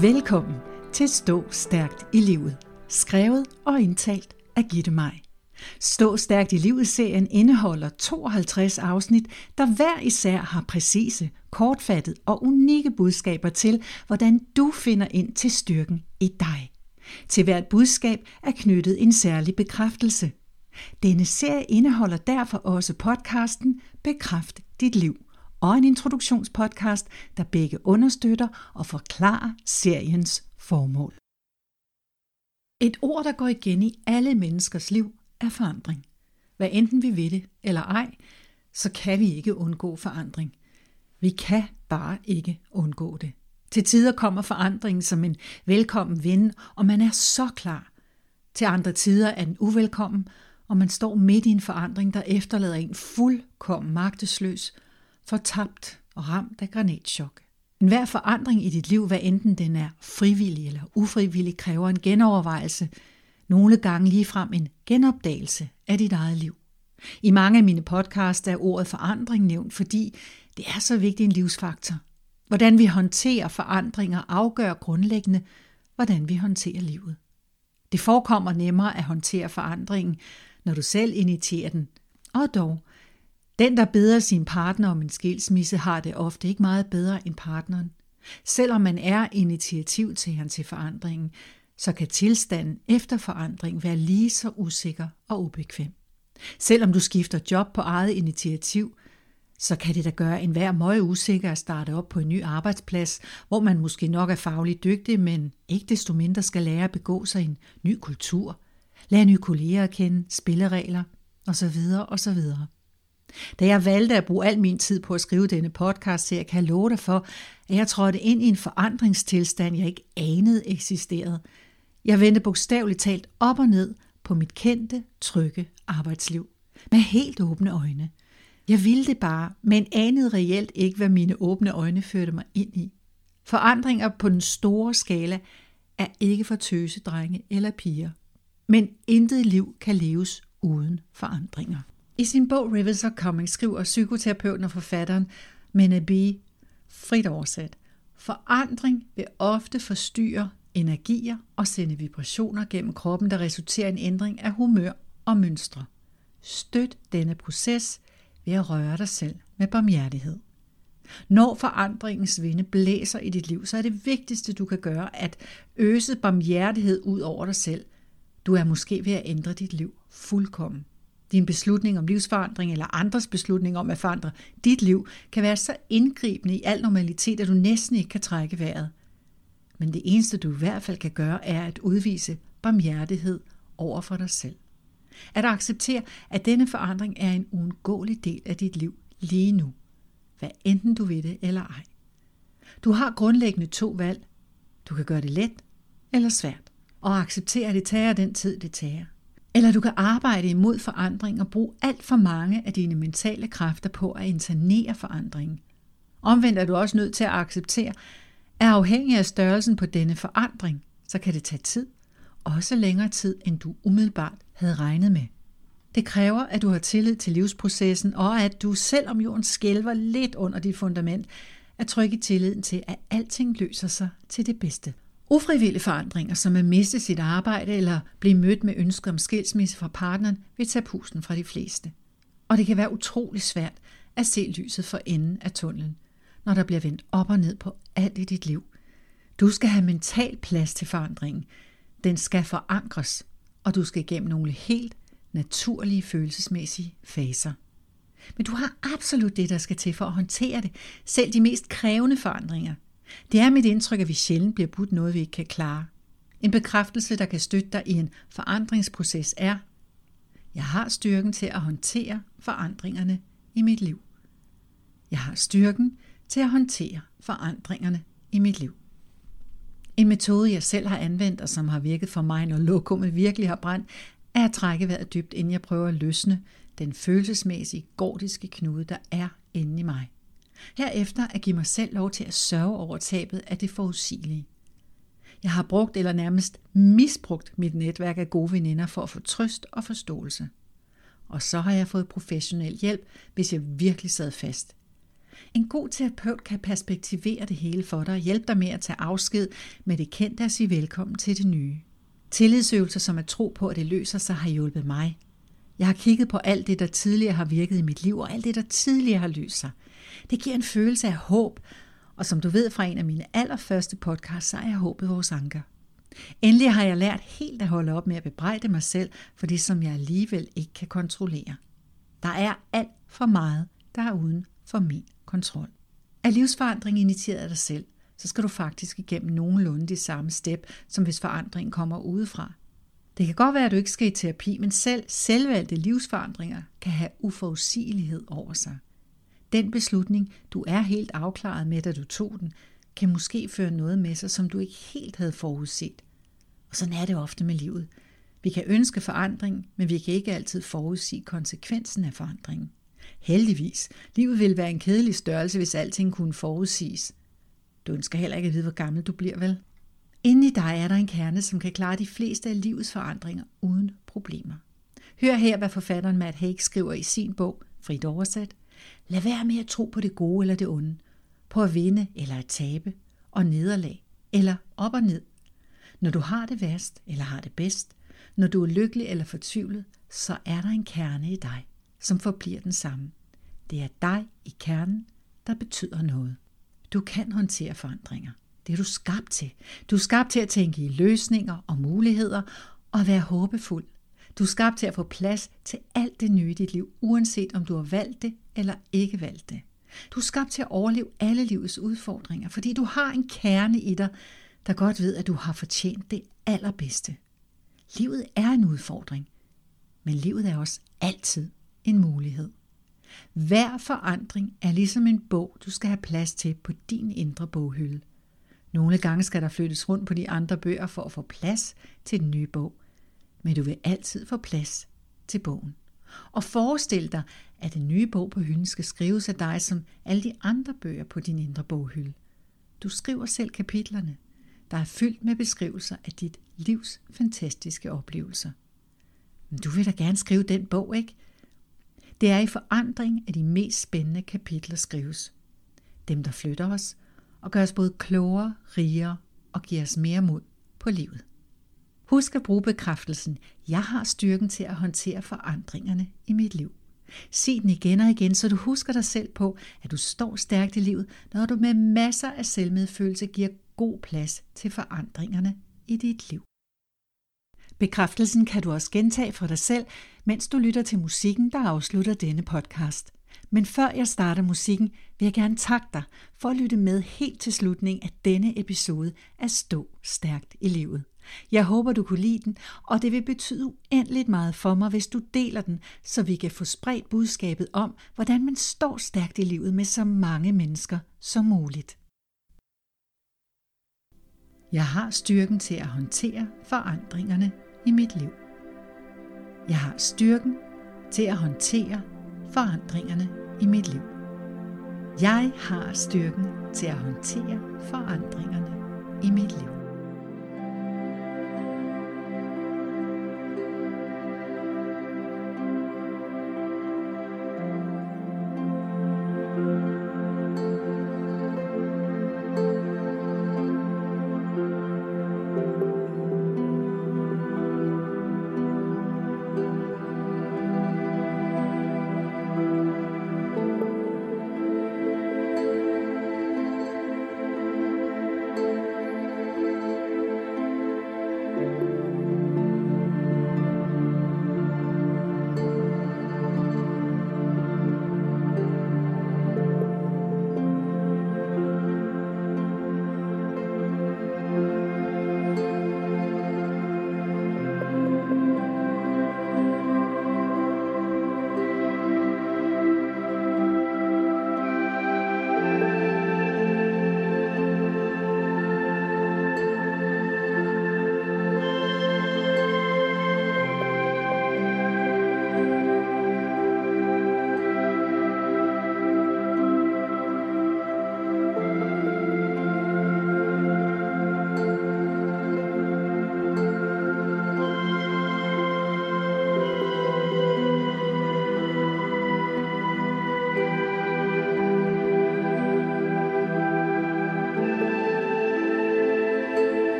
Velkommen til Stå Stærkt i Livet, skrevet og indtalt af Gitte Maj. Stå Stærkt i Livet-serien indeholder 52 afsnit, der hver især har præcise, kortfattet og unikke budskaber til, hvordan du finder ind til styrken i dig. Til hvert budskab er knyttet en særlig bekræftelse. Denne serie indeholder derfor også podcasten Bekræft dit liv og en introduktionspodcast, der begge understøtter og forklarer seriens formål. Et ord, der går igen i alle menneskers liv, er forandring. Hvad enten vi ved det eller ej, så kan vi ikke undgå forandring. Vi kan bare ikke undgå det. Til tider kommer forandringen som en velkommen ven, og man er så klar. Til andre tider er den uvelkommen, og man står midt i en forandring, der efterlader en fuldkommen magtesløs, fortabt og ramt af granatchok. Enhver forandring i dit liv, hvad enten den er frivillig eller ufrivillig, kræver en genovervejelse, nogle gange ligefrem en genopdagelse af dit eget liv. I mange af mine podcasts er ordet forandring nævnt, fordi det er så vigtig en livsfaktor. Hvordan vi håndterer forandringer afgør grundlæggende, hvordan vi håndterer livet. Det forekommer nemmere at håndtere forandringen, når du selv initierer den. Og dog, den, der beder sin partner om en skilsmisse, har det ofte ikke meget bedre end partneren. Selvom man er initiativtageren til forandringen, så kan tilstanden efter forandring være lige så usikker og ubekvem. Selvom du skifter job på eget initiativ, så kan det da gøre enhver meget usikker at starte op på en ny arbejdsplads, hvor man måske nok er fagligt dygtig, men ikke desto mindre skal lære at begå sig i en ny kultur, lære nye kolleger at kende, spilleregler osv. osv. Da jeg valgte at bruge al min tid på at skrive denne podcast, så jeg kan love dig for, at jeg trådte ind i en forandringstilstand, jeg ikke anede eksisterede. Jeg vendte bogstaveligt talt op og ned på mit kendte, trygge arbejdsliv. Med helt åbne øjne. Jeg ville det bare, men anede reelt ikke, hvad mine åbne øjne førte mig ind i. Forandringer på den store skala er ikke for tøsedrenge eller piger. Men intet liv kan leves uden forandringer. I sin bog Rivers Are Coming skriver psykoterapeuten og forfatteren Mena B. frit oversat: forandring vil ofte forstyrre energier og sende vibrationer gennem kroppen, der resulterer i en ændring af humør og mønstre. Støt denne proces ved at røre dig selv med barmhjertighed. Når forandringens vinde blæser i dit liv, så er det vigtigste, du kan gøre, at øse barmhjertighed ud over dig selv. Du er måske ved at ændre dit liv fuldkommen. Din beslutning om livsforandring eller andres beslutning om at forandre dit liv kan være så indgribende i al normalitet, at du næsten ikke kan trække vejret. Men det eneste, du i hvert fald kan gøre, er at udvise barmhjertighed over for dig selv. At acceptere, at denne forandring er en uundgåelig del af dit liv lige nu. Hvad enten du ved det eller ej. Du har grundlæggende 2 valg. Du kan gøre det let eller svært. Og acceptere, at det tager den tid, det tager. Eller du kan arbejde imod forandring og bruge alt for mange af dine mentale kræfter på at internere forandringen. Omvendt er du også nødt til at acceptere, at afhængig af størrelsen på denne forandring, så kan det tage tid. Også længere tid, end du umiddelbart havde regnet med. Det kræver, at du har tillid til livsprocessen, og at du, selvom jorden skælver lidt under dit fundament, er tryg i tilliden til, at alting løser sig til det bedste. Ufrivillige forandringer, som at miste sit arbejde eller blive mødt med ønsker om skilsmisse fra partneren, vil tage pusten fra de fleste. Og det kan være utrolig svært at se lyset for enden af tunnelen, når der bliver vendt op og ned på alt i dit liv. Du skal have mental plads til forandringen. Den skal forankres, og du skal igennem nogle helt naturlige følelsesmæssige faser. Men du har absolut det, der skal til for at håndtere det, selv de mest krævende forandringer. Det er mit indtryk, at vi sjældent bliver budt noget, vi ikke kan klare. En bekræftelse, der kan støtte dig i en forandringsproces er: jeg har styrken til at håndtere forandringerne i mit liv. Jeg har styrken til at håndtere forandringerne i mit liv. En metode, jeg selv har anvendt, og som har virket for mig, når lokummet virkelig har brændt, er at trække vejret dybt, inden jeg prøver at løsne den følelsesmæssige, gordiske knude, der er inde i mig. Herefter at give mig selv lov til at sørge over tabet af det forudsigelige. Jeg har brugt eller nærmest misbrugt mit netværk af gode veninder for at få trøst og forståelse. Og så har jeg fået professionel hjælp, hvis jeg virkelig sad fast. En god terapeut kan perspektivere det hele for dig og hjælpe dig med at tage afsked med det kendte og sige velkommen til det nye. Tillidsøvelser, som at tro på, at det løser sig, har hjulpet mig. Jeg har kigget på alt det, der tidligere har virket i mit liv, og alt det, der tidligere har løst sig. Det giver en følelse af håb, og som du ved fra en af mine allerførste podcasts, så er håbet vores anker. Endelig har jeg lært helt at holde op med at bebrejde mig selv for det, som jeg alligevel ikke kan kontrollere. Der er alt for meget, der er uden for min kontrol. Er livsforandring initieret af dig selv, så skal du faktisk igennem nogenlunde de samme step, som hvis forandringen kommer udefra. Det kan godt være, at du ikke skal i terapi, men selvvalgte livsforandringer kan have uforudsigelighed over sig. Den beslutning, du er helt afklaret med, da du tog den, kan måske føre noget med sig, som du ikke helt havde forudset. Og sådan er det ofte med livet. Vi kan ønske forandring, men vi kan ikke altid forudsige konsekvensen af forandringen. Heldigvis, livet ville være en kedelig størrelse, hvis alting kunne forudsiges. Du ønsker heller ikke at vide, hvor gammel du bliver, vel? Inde i dig er der en kerne, som kan klare de fleste af livets forandringer uden problemer. Hør her, hvad forfatteren Matt Haig skriver i sin bog, frit oversat. Lad være med at tro på det gode eller det onde, på at vinde eller at tabe, og nederlag, eller op og ned. Når du har det værst eller har det bedst, når du er lykkelig eller fortvivlet, så er der en kerne i dig, som forbliver den samme. Det er dig i kernen, der betyder noget. Du kan håndtere forandringer. Det er du skabt til. Du er skabt til at tænke i løsninger og muligheder og være håbefuld. Du er skabt til at få plads til alt det nye i dit liv, uanset om du har valgt det eller ikke valgt det. Du er skabt til at overleve alle livets udfordringer, fordi du har en kerne i dig, der godt ved, at du har fortjent det allerbedste. Livet er en udfordring, men livet er også altid en mulighed. Hver forandring er ligesom en bog, du skal have plads til på din indre boghylde. Nogle gange skal der flyttes rundt på de andre bøger for at få plads til den nye bog, men du vil altid få plads til bogen. Og forestil dig, at den nye bog på hylden skal skrives af dig som alle de andre bøger på din indre boghylde. Du skriver selv kapitlerne, der er fyldt med beskrivelser af dit livs fantastiske oplevelser. Men du vil da gerne skrive den bog, ikke? Det er i forandring, at de mest spændende kapitler skrives. Dem, der flytter os og gør os både klogere, rigere og giver os mere mod på livet. Husk at bruge bekræftelsen. Jeg har styrken til at håndtere forandringerne i mit liv. Sig den igen og igen, så du husker dig selv på, at du står stærkt i livet, når du med masser af selvmedfølelse giver god plads til forandringerne i dit liv. Bekræftelsen kan du også gentage for dig selv, mens du lytter til musikken, der afslutter denne podcast. Men før jeg starter musikken, vil jeg gerne takke dig for at lytte med helt til slutningen af denne episode af Stå Stærkt i Livet. Jeg håber, du kunne lide den, og det vil betyde uendeligt meget for mig, hvis du deler den, så vi kan få spredt budskabet om, hvordan man står stærkt i livet med så mange mennesker som muligt. Jeg har styrken til at håndtere forandringerne i mit liv. Jeg har styrken til at håndtere forandringerne i mit liv. Jeg har styrken til at håndtere forandringerne i mit liv.